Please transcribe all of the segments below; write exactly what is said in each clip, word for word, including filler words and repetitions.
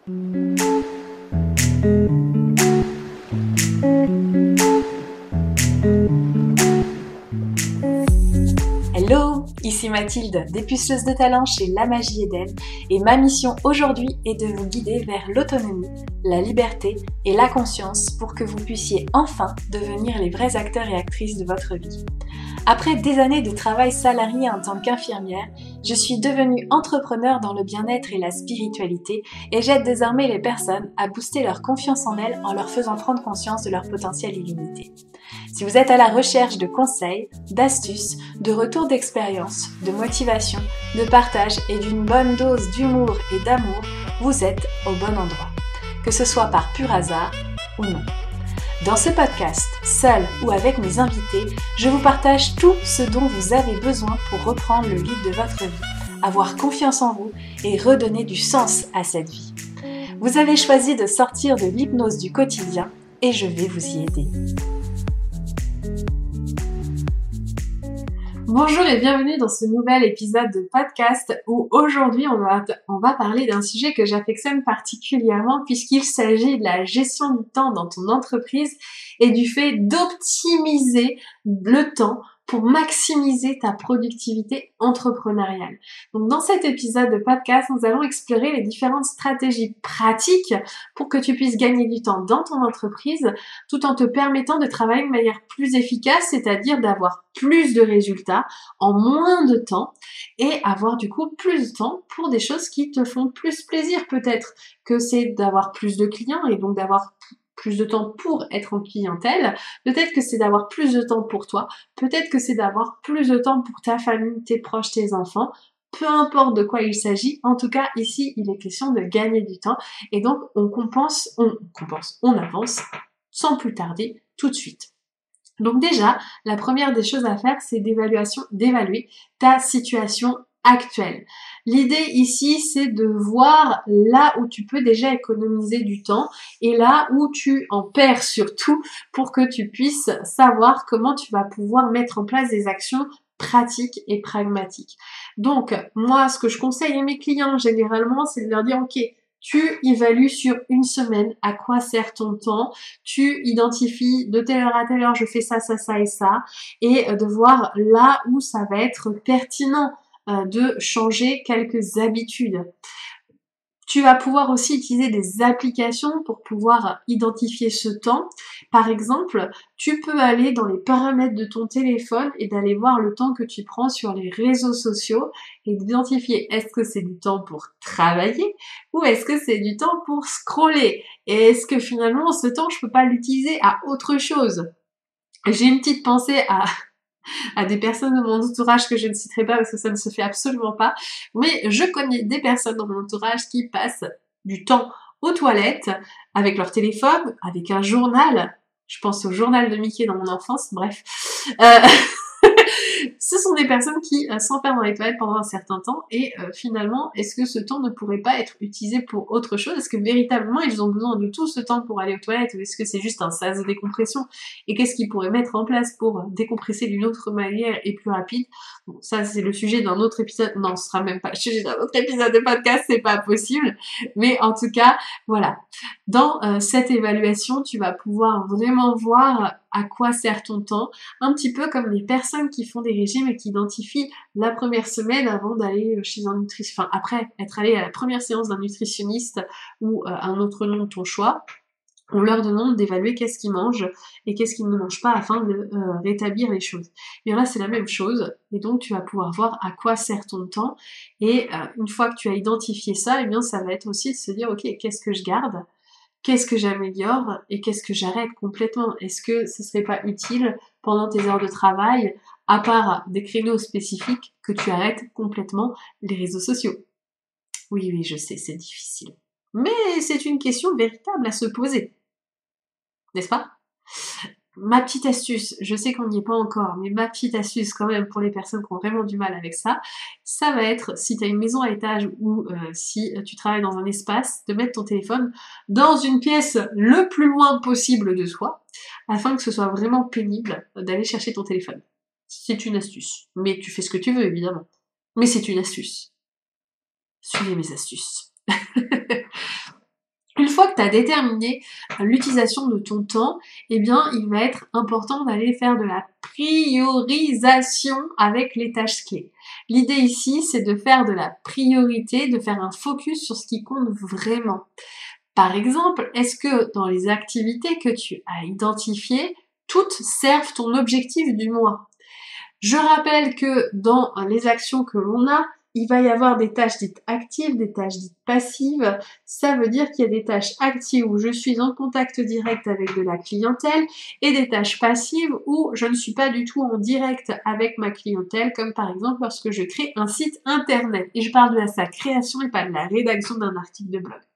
Hello, ici Mathilde, dépuceleuse de talent chez La Magie Eden, et ma mission aujourd'hui est de vous guider vers l'autonomie, la liberté et la conscience pour que vous puissiez enfin devenir les vrais acteurs et actrices de votre vie. Après des années de travail salarié en tant qu'infirmière, je suis devenue entrepreneur dans le bien-être et la spiritualité et j'aide désormais les personnes à booster leur confiance en elles en leur faisant prendre conscience de leur potentiel illimité. Si vous êtes à la recherche de conseils, d'astuces, de retours d'expérience, de motivation, de partage et d'une bonne dose d'humour et d'amour, vous êtes au bon endroit, que ce soit par pur hasard ou non. Dans ce podcast, seul ou avec mes invités, je vous partage tout ce dont vous avez besoin pour reprendre le lead de votre vie, avoir confiance en vous et redonner du sens à cette vie. Vous avez choisi de sortir de l'hypnose du quotidien et je vais vous y aider. Bonjour et bienvenue dans ce nouvel épisode de podcast où aujourd'hui on va, on va parler d'un sujet que j'affectionne particulièrement puisqu'il s'agit de la gestion du temps dans ton entreprise et du fait d'optimiser le temps pour maximiser ta productivité entrepreneuriale. Donc dans cet épisode de podcast, nous allons explorer les différentes stratégies pratiques pour que tu puisses gagner du temps dans ton entreprise tout en te permettant de travailler de manière plus efficace, c'est-à-dire d'avoir plus de résultats en moins de temps et avoir du coup plus de temps pour des choses qui te font plus plaisir. Peut-être que c'est d'avoir plus de clients et donc d'avoir plus de temps pour être en clientèle, peut-être que c'est d'avoir plus de temps pour toi, peut-être que c'est d'avoir plus de temps pour ta famille, tes proches, tes enfants, peu importe de quoi il s'agit, en tout cas ici il est question de gagner du temps et donc on compense, on compense, on avance sans plus tarder tout de suite. Donc déjà, la première des choses à faire c'est d'évaluation, d'évaluer ta situation actuelle. L'idée ici, c'est de voir là où tu peux déjà économiser du temps et là où tu en perds surtout pour que tu puisses savoir comment tu vas pouvoir mettre en place des actions pratiques et pragmatiques. Donc, moi, ce que je conseille à mes clients généralement, c'est de leur dire, ok, tu évalues sur une semaine à quoi sert ton temps, tu identifies de telle heure à telle heure, je fais ça, ça, ça et ça, et de voir là où ça va être pertinent de changer quelques habitudes. Tu vas pouvoir aussi utiliser des applications pour pouvoir identifier ce temps. Par exemple, tu peux aller dans les paramètres de ton téléphone et d'aller voir le temps que tu prends sur les réseaux sociaux et d'identifier est-ce que c'est du temps pour travailler ou est-ce que c'est du temps pour scroller et est-ce que finalement ce temps je peux pas l'utiliser à autre chose. J'ai une petite pensée à à des personnes de mon entourage que je ne citerai pas parce que ça ne se fait absolument pas, mais je connais des personnes dans mon entourage qui passent du temps aux toilettes avec leur téléphone, avec un journal, je pense au journal de Mickey dans mon enfance, bref, euh, ce sont des personnes qui euh, s'enferment dans les toilettes pendant un certain temps et euh, finalement, est-ce que ce temps ne pourrait pas être utilisé pour autre chose? Est-ce que véritablement ils ont besoin de tout ce temps pour aller aux toilettes ou est-ce que c'est juste un sas de décompression? Et qu'est-ce qu'ils pourraient mettre en place pour décompresser d'une autre manière et plus rapide? Bon, ça c'est le sujet d'un autre épisode, non ce sera même pas le sujet d'un autre épisode de podcast, c'est pas possible, mais en tout cas, voilà. Dans euh, cette évaluation, tu vas pouvoir vraiment voir à quoi sert ton temps, un petit peu comme les personnes qui font des régimes et qui identifient la première semaine avant d'aller chez un nutritionniste, enfin après être allé à la première séance d'un nutritionniste ou euh, un autre nom de ton choix, on leur demande d'évaluer qu'est-ce qu'ils mangent et qu'est-ce qu'ils ne mangent pas afin de euh, rétablir les choses. Et là c'est la même chose et donc tu vas pouvoir voir à quoi sert ton temps et euh, une fois que tu as identifié ça, et bien ça va être aussi de se dire ok qu'est-ce que je garde, qu'est-ce que j'améliore et qu'est-ce que j'arrête complètement? Est-ce que ce serait pas utile pendant tes heures de travail, à part des créneaux spécifiques, que tu arrêtes complètement les réseaux sociaux? Oui, oui, je sais, c'est difficile. Mais c'est une question véritable à se poser. N'est-ce pas? Ma petite astuce, je sais qu'on n'y est pas encore, mais ma petite astuce quand même pour les personnes qui ont vraiment du mal avec ça, ça va être, si tu as une maison à étage ou euh, si tu travailles dans un espace, de mettre ton téléphone dans une pièce le plus loin possible de toi, afin que ce soit vraiment pénible d'aller chercher ton téléphone. C'est une astuce, mais tu fais ce que tu veux évidemment, mais c'est une astuce. Suivez mes astuces. tu as déterminé l'utilisation de ton temps, eh bien, il va être important d'aller faire de la priorisation avec les tâches clés. L'idée ici, c'est de faire de la priorité, de faire un focus sur ce qui compte vraiment. Par exemple, est-ce que dans les activités que tu as identifiées, toutes servent ton objectif du mois? Je rappelle que dans les actions que l'on a, il va y avoir des tâches dites actives, des tâches dites passives. Ça veut dire qu'il y a des tâches actives où je suis en contact direct avec de la clientèle et des tâches passives où je ne suis pas du tout en direct avec ma clientèle, comme par exemple lorsque je crée un site internet. Et je parle de sa création et pas de la rédaction d'un article de blog.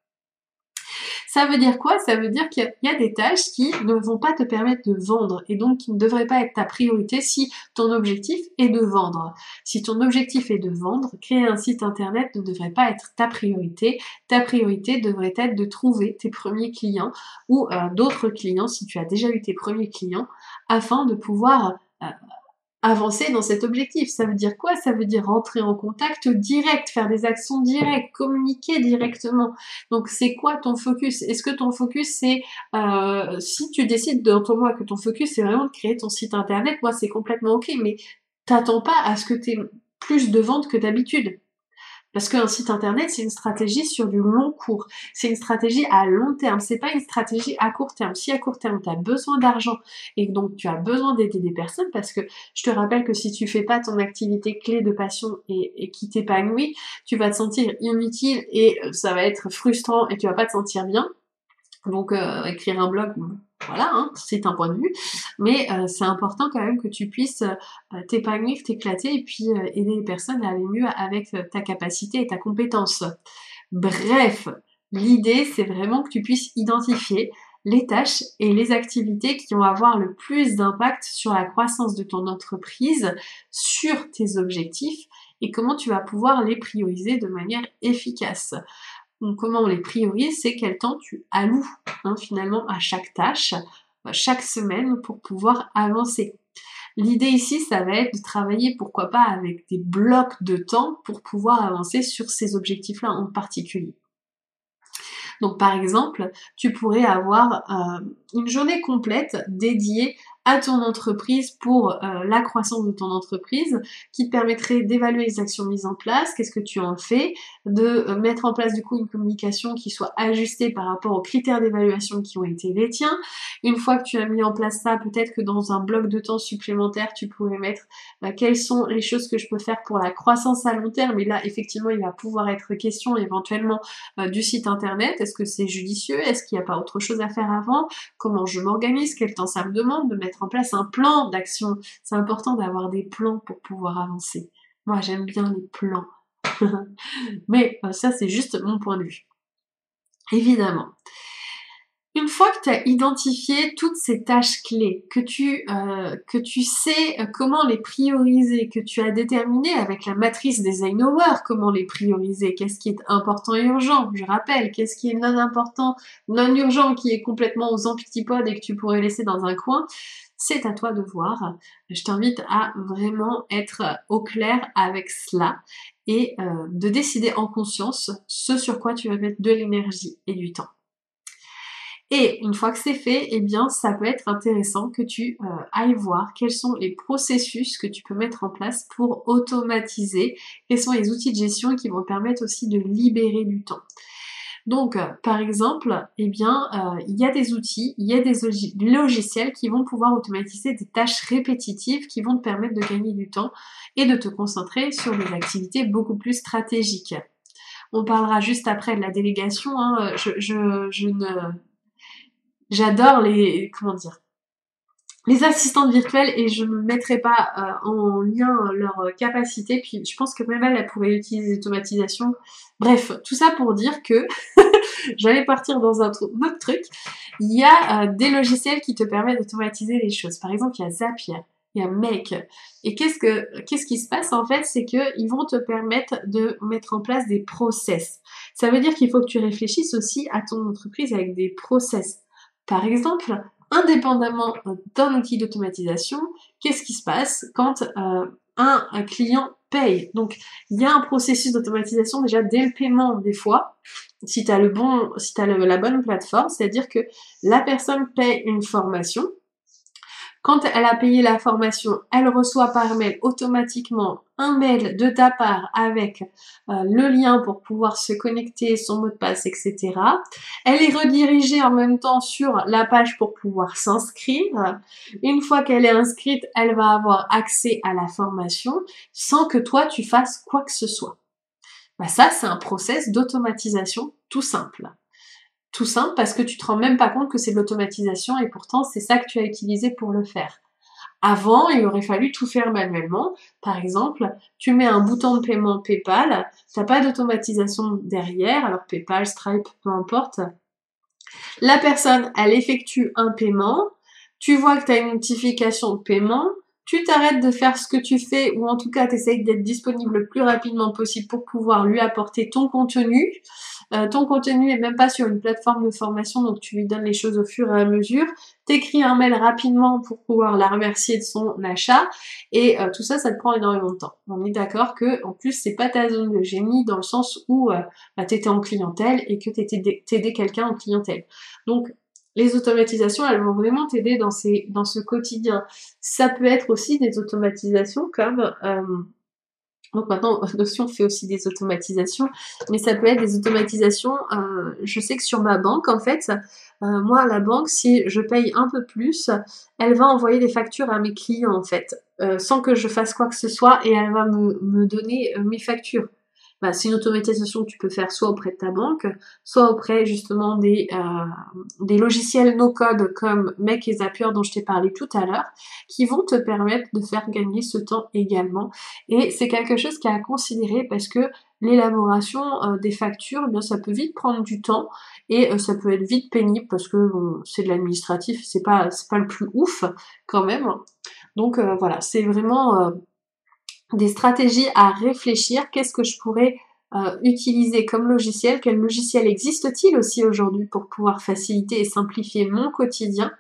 Ça veut dire quoi? Ça veut dire qu'il y a des tâches qui ne vont pas te permettre de vendre et donc qui ne devraient pas être ta priorité si ton objectif est de vendre. Si ton objectif est de vendre, créer un site internet ne devrait pas être ta priorité. Ta priorité devrait être de trouver tes premiers clients ou euh, d'autres clients si tu as déjà eu tes premiers clients afin de pouvoir euh, avancer dans cet objectif. Ça veut dire quoi? Ça veut dire rentrer en contact direct, faire des actions directes, communiquer directement. Donc c'est quoi ton focus? Est-ce que ton focus c'est, euh, si tu décides dans ton mois que ton focus c'est vraiment de créer ton site internet, moi c'est complètement ok, mais t'attends pas à ce que tu aies plus de ventes que d'habitude. Parce qu'un site internet, c'est une stratégie sur du long cours. C'est une stratégie à long terme. C'est pas une stratégie à court terme. Si à court terme, tu as besoin d'argent et donc tu as besoin d'aider des personnes, parce que je te rappelle que si tu fais pas ton activité clé de passion et, et qui t'épanouit, tu vas te sentir inutile et ça va être frustrant et tu vas pas te sentir bien. Donc euh, écrire un blog, voilà, hein, c'est un point de vue, mais euh, c'est important quand même que tu puisses euh, t'épanouir, t'éclater et puis euh, aider les personnes à aller mieux avec euh, ta capacité et ta compétence. Bref, l'idée c'est vraiment que tu puisses identifier les tâches et les activités qui vont avoir le plus d'impact sur la croissance de ton entreprise, sur tes objectifs et comment tu vas pouvoir les prioriser de manière efficace. Donc, comment on les priorise, c'est quel temps tu alloues hein, finalement à chaque tâche, chaque semaine pour pouvoir avancer. L'idée ici, ça va être de travailler pourquoi pas avec des blocs de temps pour pouvoir avancer sur ces objectifs-là en particulier. Donc par exemple, tu pourrais avoir euh, une journée complète dédiée à ton entreprise pour euh, la croissance de ton entreprise qui te permettrait d'évaluer les actions mises en place, qu'est-ce que tu en fais, de euh, mettre en place du coup une communication qui soit ajustée par rapport aux critères d'évaluation qui ont été les tiens. Une fois que tu as mis en place ça, peut-être que dans un bloc de temps supplémentaire, tu pourrais mettre bah, quelles sont les choses que je peux faire pour la croissance à long terme. Et là, effectivement, il va pouvoir être question éventuellement euh, du site internet. Est-ce que c'est judicieux? Est-ce qu'il n'y a pas autre chose à faire avant? Comment je m'organise? Quel temps ça me demande de mettre en place un plan d'action? C'est important d'avoir des plans pour pouvoir avancer. Moi, j'aime bien les plans. Mais euh, ça, c'est juste mon point de vue. Évidemment. Une fois que tu as identifié toutes ces tâches clés, que tu, euh, que tu sais comment les prioriser, que tu as déterminé avec la matrice des Eisenhower comment les prioriser, qu'est-ce qui est important et urgent, je rappelle, qu'est-ce qui est non important, non urgent, qui est complètement aux antipodes et que tu pourrais laisser dans un coin, c'est à toi de voir. Je t'invite à vraiment être au clair avec cela et euh, de décider en conscience ce sur quoi tu vas mettre de l'énergie et du temps. Et une fois que c'est fait, eh bien, ça peut être intéressant que tu euh, ailles voir quels sont les processus que tu peux mettre en place pour automatiser, quels sont les outils de gestion qui vont permettre aussi de libérer du temps. Donc, euh, par exemple, eh bien, euh, il y a des outils, il y a des logiciels qui vont pouvoir automatiser des tâches répétitives qui vont te permettre de gagner du temps et de te concentrer sur des activités beaucoup plus stratégiques. On parlera juste après de la délégation, hein. je, je, je ne... J'adore les, comment dire, les assistantes virtuelles et je ne mettrai pas euh, en lien leur capacité. Puis je pense que même elle, elle pourrait utiliser l'automatisation. Bref, tout ça pour dire que j'allais partir dans un, un autre truc. Il y a euh, des logiciels qui te permettent d'automatiser les choses. Par exemple, il y a Zapier, il y a Make. Et qu'est-ce que qu'est-ce qui se passe en fait, c'est que ils vont te permettre de mettre en place des process. Ça veut dire qu'il faut que tu réfléchisses aussi à ton entreprise avec des process. Par exemple, indépendamment d'un outil d'automatisation, qu'est-ce qui se passe quand euh, un, un client paye? Donc, il y a un processus d'automatisation déjà dès le paiement des fois. si tu as le bon, si tu as la bonne plateforme, c'est-à-dire que la personne paie une formation. Quand elle a payé la formation, elle reçoit par mail automatiquement un mail de ta part avec euh, le lien pour pouvoir se connecter, son mot de passe, et cetera. Elle est redirigée en même temps sur la page pour pouvoir s'inscrire. Une fois qu'elle est inscrite, elle va avoir accès à la formation sans que toi tu fasses quoi que ce soit. Bah ça, c'est un process d'automatisation tout simple. Tout simple parce que tu te rends même pas compte que c'est de l'automatisation et pourtant c'est ça que tu as utilisé pour le faire. Avant, il aurait fallu tout faire manuellement. Par exemple, tu mets un bouton de paiement PayPal, t'as pas d'automatisation derrière, alors PayPal, Stripe, peu importe. La personne, elle effectue un paiement, tu vois que tu as une notification de paiement, tu t'arrêtes de faire ce que tu fais ou en tout cas tu essayes d'être disponible le plus rapidement possible pour pouvoir lui apporter ton contenu. Euh, ton contenu est même pas sur une plateforme de formation, donc tu lui donnes les choses au fur et à mesure. T'écris un mail rapidement pour pouvoir la remercier de son achat et euh, tout ça, ça te prend énormément de temps. On est d'accord que en plus c'est pas ta zone de génie dans le sens où euh, bah, t'étais en clientèle et que t'aidais quelqu'un en clientèle. Donc les automatisations, elles vont vraiment t'aider dans ces dans ce quotidien. Ça peut être aussi des automatisations comme euh, donc maintenant, Notion fait aussi des automatisations, mais ça peut être des automatisations, euh, je sais que sur ma banque, en fait, euh, moi, la banque, si je paye un peu plus, elle va envoyer des factures à mes clients, en fait, euh, sans que je fasse quoi que ce soit, et elle va me, me donner euh, mes factures. Bah, c'est une automatisation que tu peux faire soit auprès de ta banque, soit auprès justement des, euh, des logiciels no-code comme Make et Zapier dont je t'ai parlé tout à l'heure, qui vont te permettre de faire gagner ce temps également. Et c'est quelque chose qui est à considérer parce que l'élaboration euh, des factures, eh bien ça peut vite prendre du temps et euh, ça peut être vite pénible parce que bon, c'est de l'administratif, c'est pas c'est pas le plus ouf quand même. Donc euh, voilà, c'est vraiment euh, des stratégies à réfléchir. Qu'est-ce que je pourrais euh, utiliser comme logiciel? Quel logiciel existe-t-il aussi aujourd'hui pour pouvoir faciliter et simplifier mon quotidien?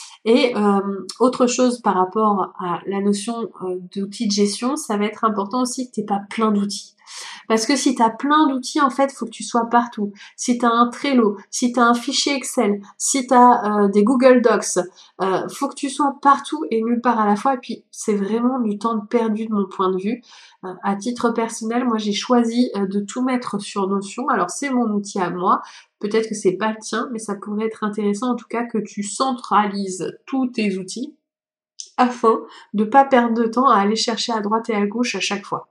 Et euh, autre chose par rapport à la notion euh, d'outils de gestion, ça va être important aussi que tu n'aies pas plein d'outils. Parce que si tu as plein d'outils, en fait, il faut que tu sois partout. Si tu as un Trello, si tu as un fichier Excel, si tu as euh, des Google Docs, euh, faut que tu sois partout et nulle part à la fois. Et puis, c'est vraiment du temps perdu de mon point de vue. Euh, à titre personnel, moi, j'ai choisi euh, de tout mettre sur Notion. Alors, c'est mon outil à moi. Peut-être que c'est pas le tien, mais ça pourrait être intéressant en tout cas que tu centralises tous tes outils afin de pas perdre de temps à aller chercher à droite et à gauche à chaque fois.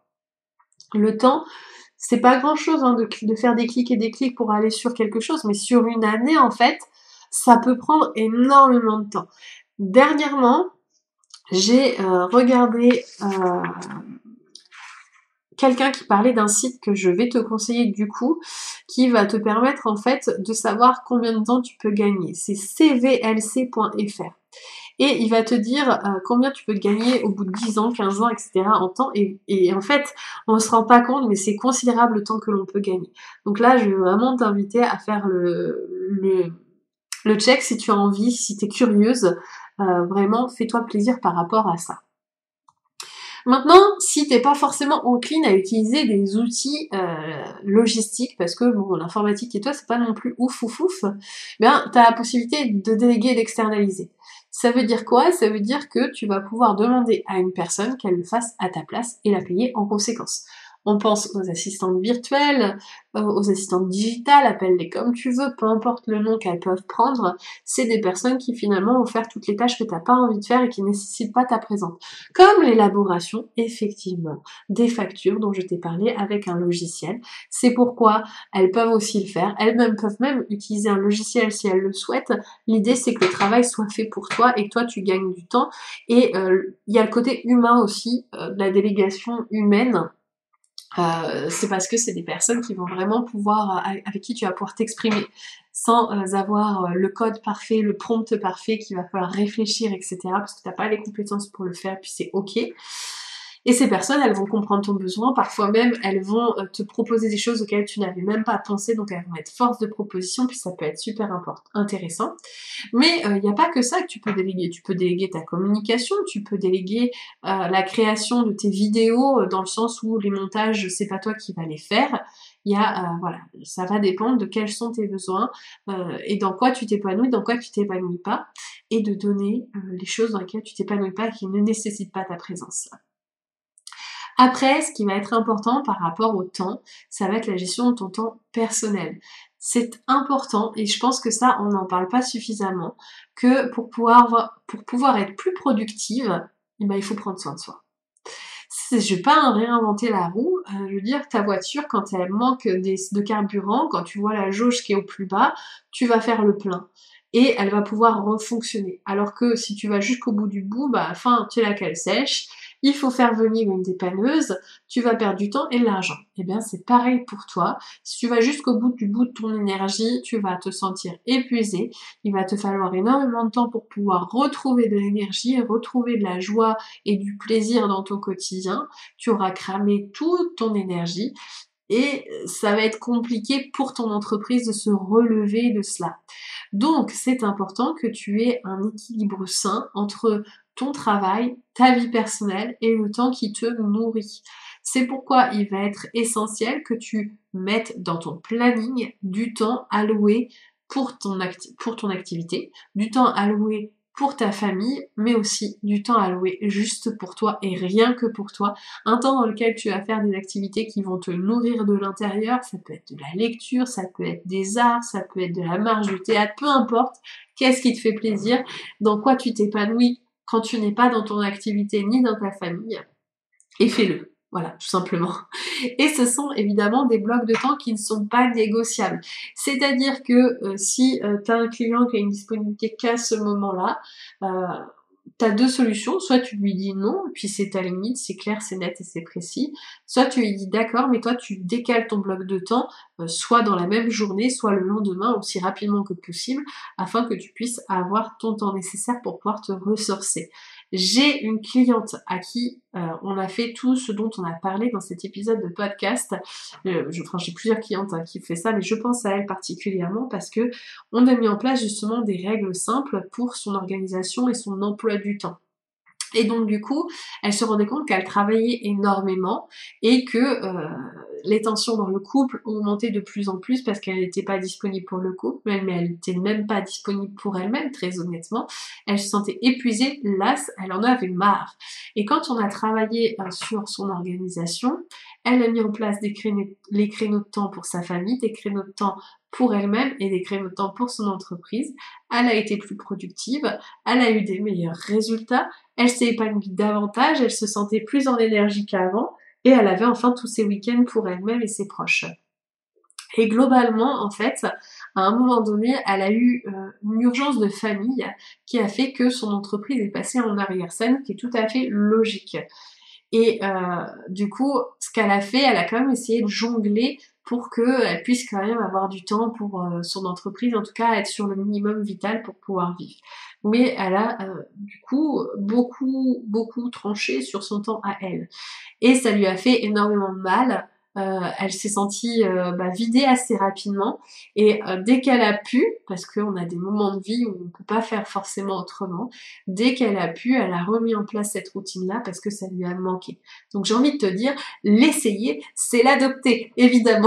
Le temps, c'est pas grand chose hein, de, de faire des clics et des clics pour aller sur quelque chose, mais sur une année en fait, ça peut prendre énormément de temps. Dernièrement, j'ai euh, regardé euh, quelqu'un qui parlait d'un site que je vais te conseiller du coup, qui va te permettre en fait de savoir combien de temps tu peux gagner. C'est c v l c point f r. Et il va te dire euh, combien tu peux gagner au bout de dix ans, quinze ans, et cetera en temps. Et, et en fait, on se rend pas compte, mais c'est considérable le temps que l'on peut gagner. Donc là, je vais vraiment t'inviter à faire le, le, le check si tu as envie, si tu es curieuse. Euh, vraiment, fais-toi plaisir par rapport à ça. Maintenant, si t'es pas forcément encline à utiliser des outils euh, logistiques, parce que bon, l'informatique et toi, c'est pas non plus ouf ouf ouf, ben t'as la possibilité de déléguer et d'externaliser. Ça veut dire quoi? Ça veut dire que tu vas pouvoir demander à une personne qu'elle le fasse à ta place et la payer en conséquence. On pense aux assistantes virtuelles, aux assistantes digitales, appelle-les comme tu veux, peu importe le nom qu'elles peuvent prendre, c'est des personnes qui finalement vont faire toutes les tâches que t'as pas envie de faire et qui ne nécessitent pas ta présence. Comme l'élaboration, effectivement, des factures dont je t'ai parlé avec un logiciel. C'est pourquoi elles peuvent aussi le faire. Elles-mêmes peuvent même utiliser un logiciel si elles le souhaitent. L'idée, c'est que le travail soit fait pour toi et que toi, tu gagnes du temps. Et il euh, y a le côté humain aussi, euh, de la délégation humaine. Euh, c'est parce que c'est des personnes qui vont vraiment pouvoir, avec qui tu vas pouvoir t'exprimer sans euh, avoir euh, le code parfait, le prompt parfait, qu'il va falloir réfléchir, et cetera. Parce que t'as pas les compétences pour le faire, puis c'est ok. Et ces personnes, elles vont comprendre ton besoin, parfois même, elles vont te proposer des choses auxquelles tu n'avais même pas pensé, donc elles vont être force de proposition, puis ça peut être super important, intéressant. Mais il euh, n'y a pas que ça que tu peux déléguer. Tu peux déléguer ta communication, tu peux déléguer euh, la création de tes vidéos, euh, dans le sens où les montages, c'est pas toi qui vas les faire. Il y a, euh, voilà, ça va dépendre de quels sont tes besoins euh, et dans quoi tu t'épanouis, dans quoi tu t'épanouis pas, et de donner euh, les choses dans lesquelles tu t'épanouis pas, qui ne nécessitent pas ta présence. Après, ce qui va être important par rapport au temps, ça va être la gestion de ton temps personnel. C'est important, et je pense que ça, on n'en parle pas suffisamment, que pour pouvoir, pour pouvoir être plus productive, eh ben, il faut prendre soin de soi. Je vais pas réinventer la roue, euh, je veux dire, ta voiture, quand elle manque des, de carburant, quand tu vois la jauge qui est au plus bas, tu vas faire le plein. Et elle va pouvoir refonctionner. Alors que si tu vas jusqu'au bout du bout, bah, enfin, tu es là qu'elle sèche, il faut faire venir une dépanneuse, tu vas perdre du temps et de l'argent. Eh bien, c'est pareil pour toi. Si tu vas jusqu'au bout du bout de ton énergie, tu vas te sentir épuisé. Il va te falloir énormément de temps pour pouvoir retrouver de l'énergie, retrouver de la joie et du plaisir dans ton quotidien. Tu auras cramé toute ton énergie. Et ça va être compliqué pour ton entreprise de se relever de cela. Donc, c'est important que tu aies un équilibre sain entre ton travail, ta vie personnelle et le temps qui te nourrit. C'est pourquoi il va être essentiel que tu mettes dans ton planning du temps alloué pour ton, acti- pour ton activité, du temps alloué pour ta famille, mais aussi du temps alloué juste pour toi et rien que pour toi. Un temps dans lequel tu vas faire des activités qui vont te nourrir de l'intérieur, ça peut être de la lecture, ça peut être des arts, ça peut être de la marche, du théâtre, peu importe. Qu'est-ce qui te fait plaisir, dans quoi tu t'épanouis quand tu n'es pas dans ton activité ni dans ta famille, et fais-le. Voilà, tout simplement. Et ce sont évidemment des blocs de temps qui ne sont pas négociables. C'est-à-dire que euh, si euh, tu as un client qui a une disponibilité qu'à ce moment-là, euh, tu as deux solutions. Soit tu lui dis non, puis c'est ta limite, c'est clair, c'est net et c'est précis. Soit tu lui dis d'accord, mais toi tu décales ton bloc de temps, euh, soit dans la même journée, soit le lendemain, aussi rapidement que possible, afin que tu puisses avoir ton temps nécessaire pour pouvoir te ressourcer. J'ai une cliente à qui euh, on a fait tout ce dont on a parlé dans cet épisode de podcast. Euh, je, enfin, j'ai plusieurs clientes hein, qui font ça, mais je pense à elle particulièrement parce que on a mis en place justement des règles simples pour son organisation et son emploi du temps. Et donc du coup, elle se rendait compte qu'elle travaillait énormément et que euh, les tensions dans le couple ont augmenté de plus en plus parce qu'elle n'était pas disponible pour le couple, mais elle n'était même pas disponible pour elle-même, très honnêtement. Elle se sentait épuisée, lasse, elle en avait marre. Et quand on a travaillé euh, sur son organisation, elle a mis en place des créneaux, les créneaux de temps pour sa famille, des créneaux de temps pour elle-même et des créneaux de temps pour son entreprise. Elle a été plus productive, elle a eu des meilleurs résultats, elle s'est épanouie davantage, elle se sentait plus en énergie qu'avant et elle avait enfin tous ses week-ends pour elle-même et ses proches. Et globalement, en fait, à un moment donné, elle a eu euh, une urgence de famille qui a fait que son entreprise est passée en arrière-scène, qui est tout à fait logique. Et euh, du coup, ce qu'elle a fait, elle a quand même essayé de jongler pour qu'elle puisse quand même avoir du temps pour euh, son entreprise, en tout cas être sur le minimum vital pour pouvoir vivre. Mais elle a euh, du coup beaucoup, beaucoup tranché sur son temps à elle. Et ça lui a fait énormément de mal. Euh, elle s'est sentie euh, bah, vidée assez rapidement et euh, dès qu'elle a pu, parce qu'on a des moments de vie où on ne peut pas faire forcément autrement, dès qu'elle a pu, elle a remis en place cette routine-là parce que ça lui a manqué. Donc j'ai envie de te dire, l'essayer, c'est l'adopter, évidemment.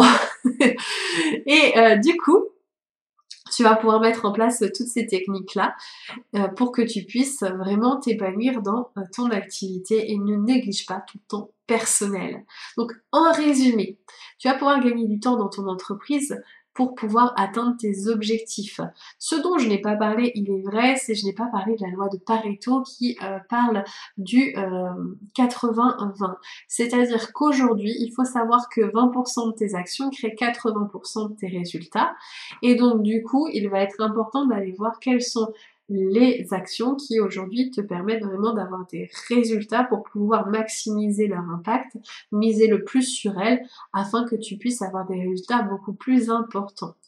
Et euh, du coup, tu vas pouvoir mettre en place toutes ces techniques-là euh, pour que tu puisses vraiment t'épanouir dans euh, ton activité et ne néglige pas ton temps personnel. Donc en résumé, tu vas pouvoir gagner du temps dans ton entreprise pour pouvoir atteindre tes objectifs. Ce dont je n'ai pas parlé, il est vrai, c'est que je n'ai pas parlé de la loi de Pareto qui euh, parle du euh, quatre-vingts vingt. C'est-à-dire qu'aujourd'hui, il faut savoir que vingt pour cent de tes actions créent quatre-vingts pour cent de tes résultats. Et donc du coup, il va être important d'aller voir quels sont les actions qui aujourd'hui te permettent vraiment d'avoir des résultats pour pouvoir maximiser leur impact, miser le plus sur elles afin que tu puisses avoir des résultats beaucoup plus importants.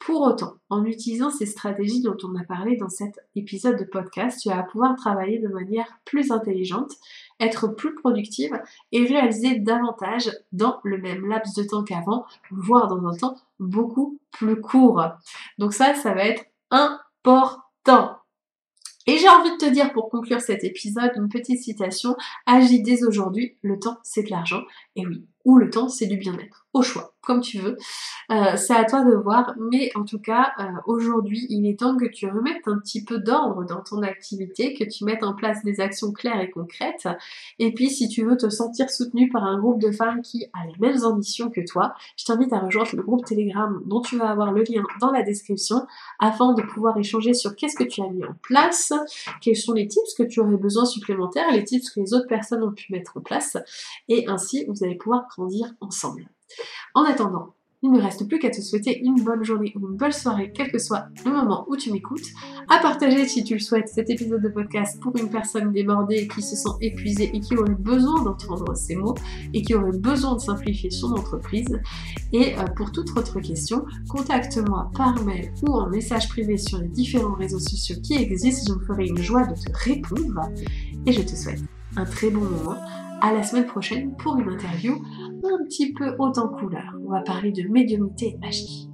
Pour autant, en utilisant ces stratégies dont on a parlé dans cet épisode de podcast, tu vas pouvoir travailler de manière plus intelligente, être plus productive et réaliser davantage dans le même laps de temps qu'avant, voire dans un temps beaucoup plus court. Donc ça, ça va être important. Et j'ai envie de te dire pour conclure cet épisode une petite citation: agis dès aujourd'hui, le temps c'est de l'argent. Et oui, ou le temps c'est du bien-être, au choix, comme tu veux. Euh, c'est à toi de voir, mais en tout cas, euh, aujourd'hui, il est temps que tu remettes un petit peu d'ordre dans ton activité, que tu mettes en place des actions claires et concrètes. Et puis, si tu veux te sentir soutenu par un groupe de femmes qui a les mêmes ambitions que toi, je t'invite à rejoindre le groupe Telegram dont tu vas avoir le lien dans la description afin de pouvoir échanger sur qu'est-ce que tu as mis en place, quels sont les tips que tu aurais besoin supplémentaires, les tips que les autres personnes ont pu mettre en place, et ainsi, vous allez pouvoir grandir ensemble. En attendant, il ne me reste plus qu'à te souhaiter une bonne journée ou une bonne soirée, quel que soit le moment où tu m'écoutes, à partager si tu le souhaites cet épisode de podcast pour une personne débordée qui se sent épuisée et qui aurait besoin d'entendre ces mots et qui aurait besoin de simplifier son entreprise. Et euh, pour toute autre question, contacte-moi par mail ou en message privé sur les différents réseaux sociaux qui existent, je me ferai une joie de te répondre et je te souhaite un très bon moment. À la semaine prochaine pour une interview un petit peu haute en couleur. On va parler de médiumnité et de magie.